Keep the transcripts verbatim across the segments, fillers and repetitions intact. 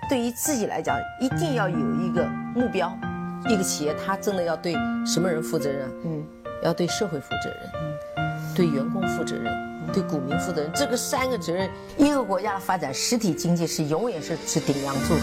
对于自己来讲，一定要有一个目标。一个企业，它真的要对什么人负责任？嗯，要对社会负责任，嗯，对员工负责任，对股民负责任。这个三个责任，一个国家的发展，实体经济是永远是是顶梁柱。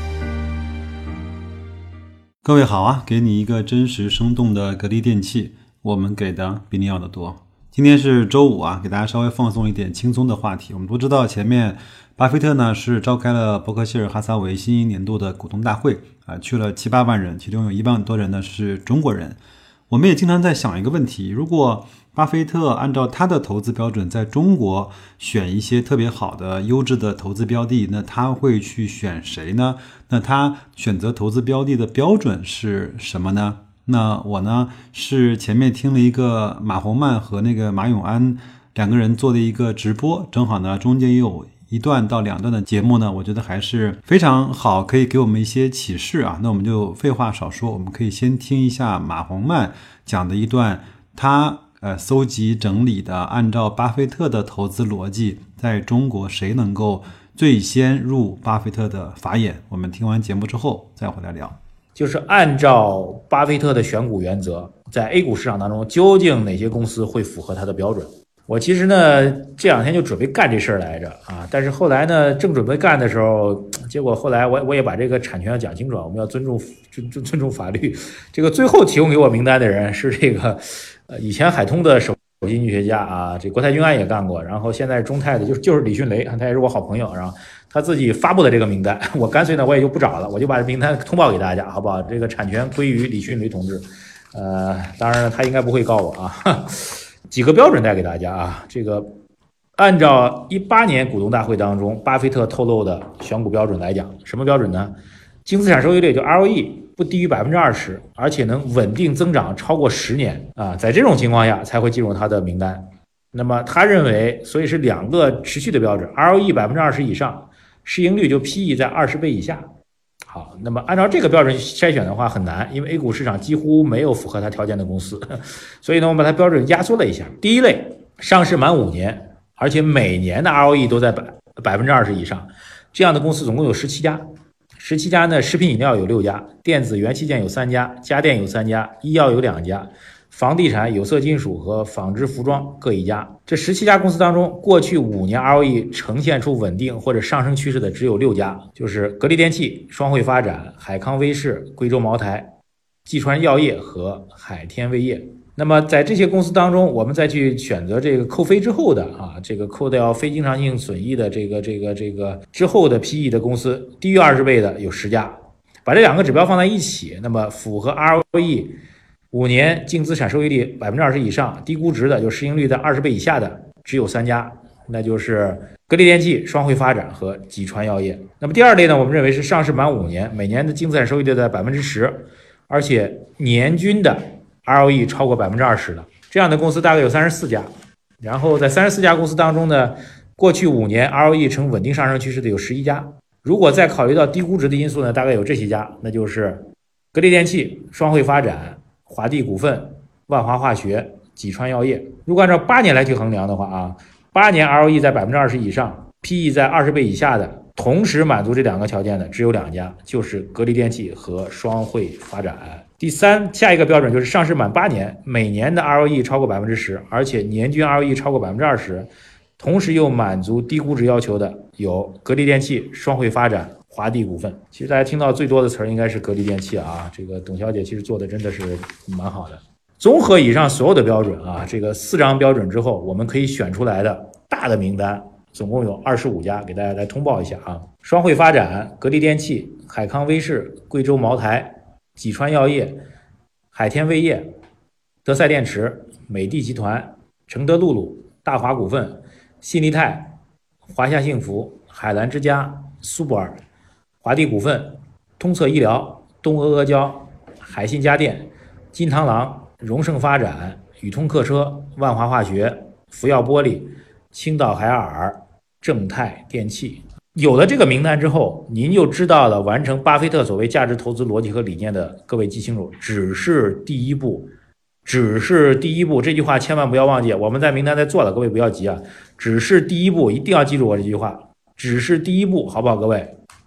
各位好啊，给你一个真实生动的格力电器，我们给的比你要的多。今天是周五啊，给大家稍微放松一点轻松的话题。我们都知道前面巴菲特呢是召开了伯克希尔哈撒韦新一年度的股东大会啊，去了七八万人，其中有一万多人呢是中国人。我们也经常在想一个问题，如果巴菲特按照他的投资标准在中国选一些特别好的优质的投资标的，那他会去选谁呢？那他选择投资标的的标准是什么呢？那我呢是前面听了一个马洪曼和那个马永安两个人做的一个直播，正好呢中间也有一段到两段的节目呢，我觉得还是非常好，可以给我们一些启示啊。那我们就废话少说，我们可以先听一下马洪曼讲的一段他呃搜集整理的按照巴菲特的投资逻辑，在中国谁能够最先入巴菲特的法眼。我们听完节目之后再回来聊。 就是按照巴菲特的选股原则，在 A 股市场当中，究竟哪些公司会符合他的标准？我其实呢这两天就准备干这事儿来着啊，但是后来呢正准备干的时候，结果后来我我也把这个产权要讲清楚，我们要尊重尊尊重法律。这个最后提供给我名单的人是这个呃以前海通的首首席经济学家啊，这国泰君安也干过，然后现在中泰的就是就是李迅雷，他也是我好朋友，然后他自己发布的这个名单，我干脆呢我也就不找了，我就把名单通报给大家，好不好？这个产权归于李迅雷同志，呃，当然了，他应该不会告我啊。几个标准带给大家啊，这个按照一八年股东大会当中巴菲特透露的选股标准来讲，什么标准呢？净资产收益率就 R O E 不低于 百分之二十， 而且能稳定增长超过十年啊，在这种情况下才会进入他的名单。那么他认为，所以是两个持续的标准 ，R O E 百分之二十 以上，市盈率就 P E 在二十倍以下。好，那么按照这个标准筛选的话很难，因为 A 股市场几乎没有符合它条件的公司，所以呢，我们把它标准压缩了一下。第一类，上市满五年，而且每年的 R O E 都在百百分之二十以上，这样的公司总共有十七家。十七家呢，食品饮料有六家，电子元器件有三家，家电有三家，医药有两家，房地产、有色金属和纺织服装各一家。这十七家公司当中，过去五年 R O E 呈现出稳定或者上升趋势的只有六家，就是格力电器、双汇发展、海康威视、贵州茅台、济川药业和海天味业。那么在这些公司当中，我们再去选择这个扣非之后的啊，这个扣掉非经常性损益的这个这个这个之后的 P E 的公司，低于二十倍的有十家。把这两个指标放在一起，那么符合 R O E 五年净资产收益率 百分之二十 以上，低估值的就市盈率在二十倍以下的只有三家，那就是格力电器、双汇发展和济川药业。那么第二类呢，我们认为是上市满五年，每年的净资产收益率在 百分之十， 而且年均的 R O E 超过 百分之二十 的，这样的公司大概有三十四家。然后在三十四家公司当中呢，过去五年 R O E 呈稳定上升趋势的有十一家。如果再考虑到低估值的因素呢，大概有这些家，那就是格力电器、双汇发展、华帝股份、万华化学、济川药业。如果按照八年来去衡量的话啊，八年 R O E 在 百分之二十 以上， P E 在二十倍以下的，同时满足这两个条件的只有两家，就是格力电器和双汇发展。第三，下一个标准就是上市满八年，每年的 R O E 超过 百分之十， 而且年均 R O E 超过 百分之二十， 同时又满足低估值要求的有格力电器、双汇发展、华帝股份。其实大家听到最多的词儿应该是格力电器啊，这个董小姐其实做的真的是蛮好的。综合以上所有的标准啊，这个四张标准之后，我们可以选出来的大的名单总共有二十五家，给大家来通报一下啊。双汇发展、格力电器、海康威视、贵州茅台、济川药业、海天味业、德赛电池、美的集团、承德露露、大华股份、信利泰、华夏幸福、海澜之家、苏泊尔、华帝股份、通策医疗、东阿阿胶、海信家电、金螳螂、荣盛发展、宇通客车、万华化学、福耀玻璃、青岛海尔、正泰电器。有了这个名单之后，您就知道了完成巴菲特所谓价值投资逻辑和理念的各位记清楚，只是第一步，只是第一步。这句话千万不要忘记，我们在名单在做了，各位不要急啊，只是第一步，一定要记住我这句话，只是第一步，好不好？各位，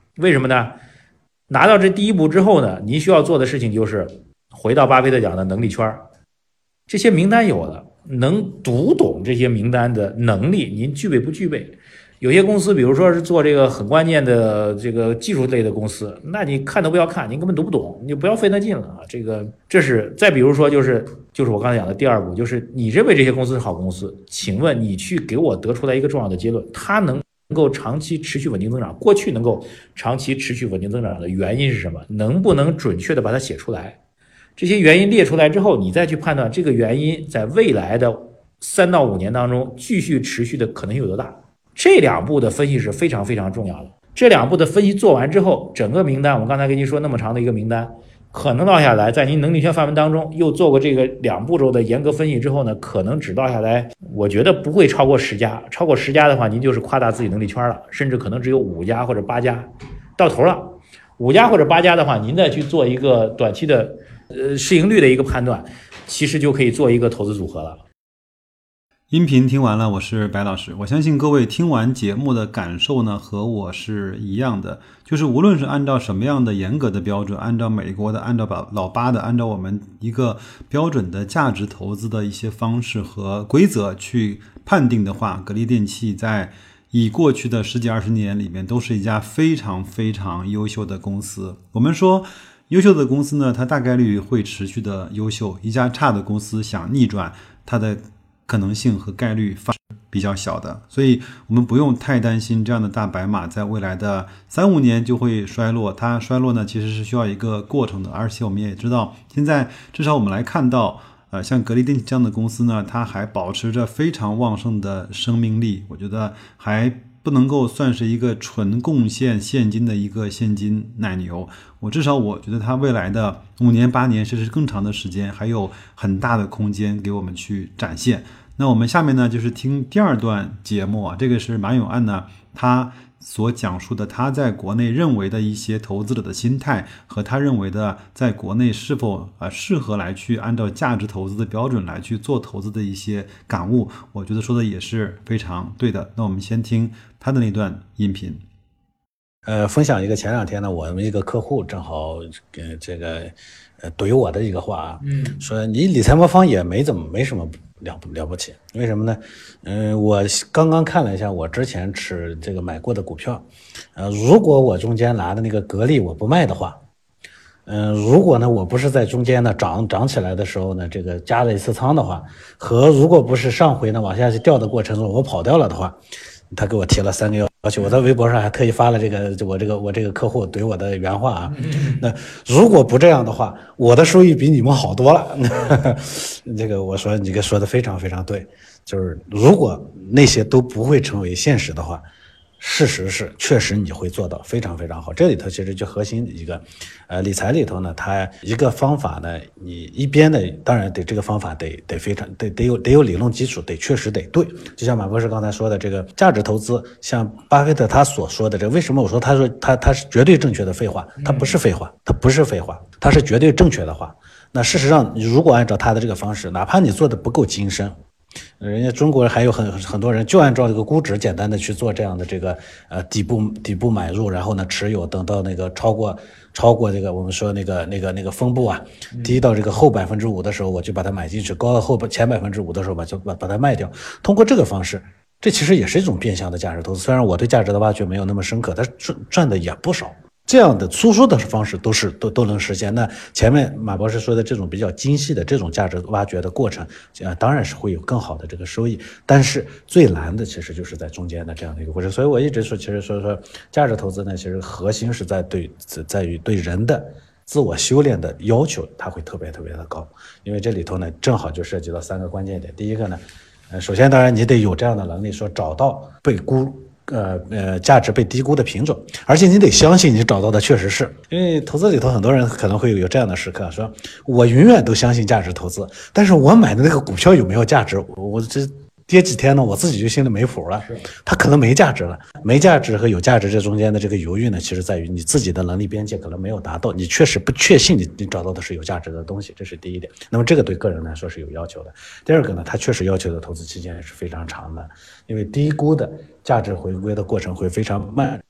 为什么呢？拿到这第一步之后呢，您需要做的事情就是回到巴菲特讲的能力圈，这些名单有了，能读懂这些名单的能力您具备不具备？有些公司比如说是做这个很关键的这个技术类的公司，那你看都不要看，你根本读不懂，你就不要费那劲了啊。这个这是再比如说就是就是我刚才讲的第二步，就是你认为这些公司是好公司，请问你去给我得出来一个重要的结论，它能能够长期持续稳定增长，过去能够长期持续稳定增长的原因是什么？能不能准确的把它写出来？这些原因列出来之后，你再去判断这个原因在未来的三到五年当中继续持续的可能性有多大。这两步的分析是非常非常重要的。这两步的分析做完之后，整个名单，我刚才跟您说那么长的一个名单，可能倒下来，在您能力圈范围当中又做过这个两步骤的严格分析之后呢，可能只倒下来，我觉得不会超过十家。超过十家的话，您就是夸大自己能力圈了，甚至可能只有五家或者八家，到头了。五家或者八家的话，您再去做一个短期的呃市盈率的一个判断，其实就可以做一个投资组合了。 音频听完了，我是白老师。我相信各位听完节目的感受呢，和我是一样的，就是无论是按照什么样的严格的标准，按照美国的，按照老八的，按照我们一个标准的价值投资的一些方式和规则去判定的话，格力电器在以过去的十几二十年里面都是一家非常非常优秀的公司。我们说优秀的公司呢，它大概率会持续的优秀，一家差的公司想逆转它的可能性和概率比较小的，所以我们不用太担心这样的大白马在未来的三五年就会衰落。它衰落呢，其实是需要一个过程的，而且我们也知道，现在至少我们来看到，呃，像格力电器这样的公司呢，它还保持着非常旺盛的生命力，我觉得还不能够算是一个纯贡献现金的一个现金奶牛。我至少我觉得它未来的五年八年甚至更长的时间还有很大的空间给我们去展现。那我们下面呢就是听第二段节目啊，这个是马永安呢他所讲述的他在国内认为的一些投资者的心态和他认为的在国内是否呃适合来去按照价值投资的标准来去做投资的一些感悟，我觉得说的也是非常对的。那我们先听他的那段音频。 呃，分享一个前两天呢，我们一个客户正好跟这个呃怼我的一个话，嗯，说你理财魔方也没怎么没什么了不了不起，为什么呢？嗯、呃，我刚刚看了一下我之前持这个买过的股票，呃，如果我中间拿的那个格力我不卖的话，嗯、呃，如果呢我不是在中间呢涨涨起来的时候呢，这个加了一次仓的话，和如果不是上回呢往下去掉的过程中我跑掉了的话，他给我提了三个要求，我在微博上还特意发了这个我这个我这个客户怼我的原话啊。那如果不这样的话，我的收益比你们好多了。这个我说你这个说的非常非常对，就是如果那些都不会成为现实的话，事实是确实你会做到非常非常好。这里头其实就核心一个呃理财里头呢，它一个方法呢，你一边的当然得这个方法得得非常得得有得有理论基础，得确实得对。就像马博士刚才说的这个价值投资，像巴菲特他所说的这个，为什么我说他说他他是绝对正确的废话？他不是废话，他不是废话，他是绝对正确的话。那事实上你如果按照他的这个方式，哪怕你做的不够精深，人家中国还有很很多人就按照这个估值简单的去做这样的这个呃底部底部买入，然后呢持有，等到那个超过超过这个我们说那个那个那个分布啊，低到这个后百分之五的时候我就把它买进去，高到后前百分之五的时候吧就把把它卖掉。通过这个方式，这其实也是一种变相的价值投资。虽然我对价值的挖掘没有那么深刻，但是赚赚的也不少。这样的粗疏的方式都是都都能实现。那前面马博士说的这种比较精细的这种价值挖掘的过程，呃，当然是会有更好的这个收益。但是最难的其实就是在中间的这样的一个过程。所以我一直说，其实说说价值投资呢，其实核心是在对在于对人的自我修炼的要求，它会特别特别的高。因为这里头呢，正好就涉及到三个关键点。第一个呢，呃，首先当然你得有这样的能力，说找到被估。呃呃，价值被低估的品种，而且你得相信你找到的确实是。因为投资里头很多人可能会有这样的时刻，说我永远都相信价值投资，但是我买的那个股票有没有价值？我这跌几天呢，我自己就心里没谱了。它可能没价值了，没价值和有价值这中间的这个犹豫呢，其实在于你自己的能力边界可能没有达到，你确实不确信你你找到的是有价值的东西，这是第一点。那么这个对个人来说是有要求的。第二个呢，它确实要求的投资期间也是非常长的，因为低估的价值回归的过程会非常慢。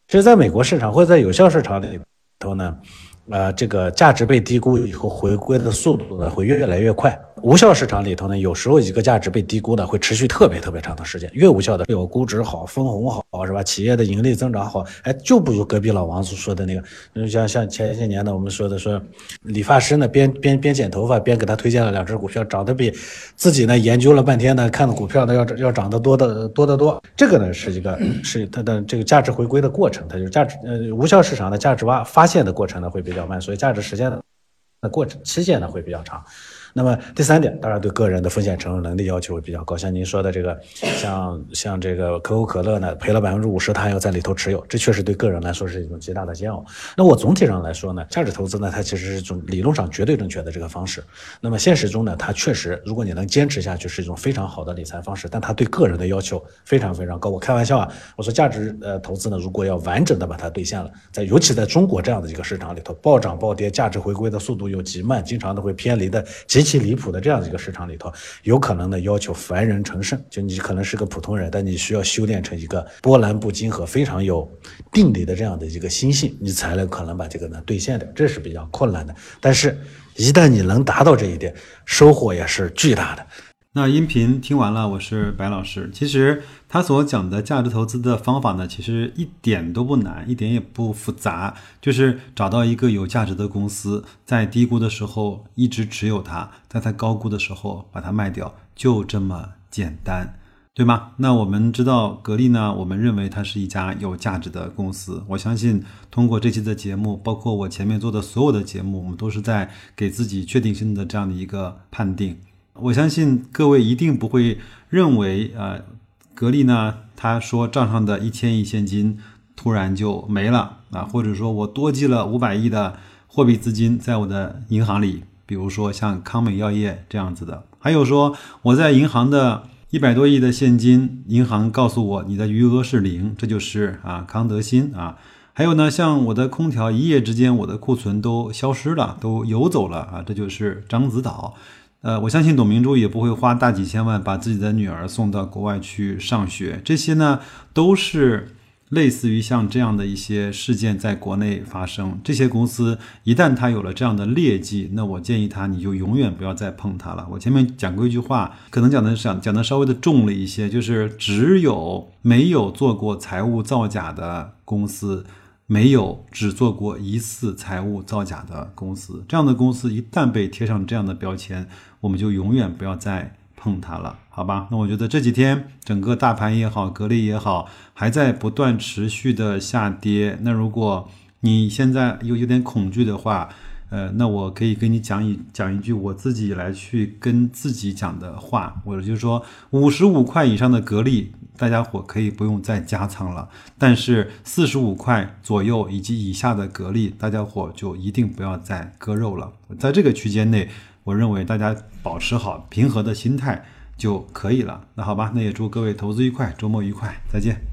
其实在美国市场或者在有效市场里头呢，呃，这个价值被低估以后回归的速度呢会越来越快。无效市场里头呢，有时候一个价值被低估呢，会持续特别特别长的时间。越无效的，有估值好、分红好，是吧？企业的盈利增长好，哎，就不如隔壁老王说的那个，像像前些年呢，我们说的说，理发师呢边边边剪头发边给他推荐了两只股票，涨得比自己呢研究了半天呢看的股票呢要要涨得多的多得多。这个呢是一个是它的这个价值回归的过程，它就是价值呃无效市场的价值挖发现的过程呢会比较慢，所以价值实现的那过程期限呢会比较长。那么第三点，当然对个人的风险承受能力要求会比较高，像您说的这个，像像这个可口可乐呢，赔了百分之五十，他还要在里头持有，这确实对个人来说是一种极大的煎熬。那我总体上来说呢，价值投资呢，它其实是一种理论上绝对正确的这个方式。那么现实中呢，它确实，如果你能坚持下去，是一种非常好的理财方式，但它对个人的要求非常非常高。我开玩笑啊，我说价值呃投资呢，如果要完整的把它兑现了，在尤其在中国这样的一个市场里头，暴涨暴跌，价值回归的速度又极慢，经常都会偏离的极其离谱的这样的一个市场里头，有可能呢要求凡人成圣，就你可能是个普通人，但你需要修炼成一个波澜不惊和非常有定力的这样的一个心性，你才能可能把这个呢兑现的，这是比较困难的。但是，一旦你能达到这一点，收获也是巨大的。 那音频听完了，我是白老师。其实他所讲的价值投资的方法呢，其实一点都不难，一点也不复杂，就是找到一个有价值的公司，在低估的时候一直持有它，在它高估的时候把它卖掉，就这么简单，对吗？那我们知道格力呢，我们认为它是一家有价值的公司。我相信通过这期的节目，包括我前面做的所有的节目，我们都是在给自己确定性的这样的一个判定。我相信各位一定不会认为呃，格力呢，他说账上的一千亿现金突然就没了啊，或者说我多记了五百亿的货币资金在我的银行里，比如说像康美药业这样子的，还有说我在银行的一百多亿的现金，银行告诉我你的余额是零，这就是啊康德新啊。还有呢，像我的空调一夜之间我的库存都消失了，都游走了啊，这就是獐子岛。呃，我相信董明珠也不会花大几千万把自己的女儿送到国外去上学，这些呢都是类似于像这样的一些事件在国内发生。这些公司一旦它有了这样的劣迹，那我建议他你就永远不要再碰它了。我前面讲过一句话，可能讲的讲讲的稍微的重了一些，就是只有没有做过财务造假的公司，没有只做过疑似财务造假的公司。这样的公司一旦被贴上这样的标签，我们就永远不要再碰它了，好吧？那我觉得这几天整个大盘也好，格力也好，还在不断持续的下跌。那如果你现在有有点恐惧的话，呃，那我可以跟你讲一讲一句我自己来去跟自己讲的话，我就说五十五块以上的格力，大家伙可以不用再加仓了，但是四十五块左右以及以下的格力，大家伙就一定不要再割肉了。在这个区间内，我认为大家保持好平和的心态就可以了。那好吧，那也祝各位投资愉快，周末愉快，再见。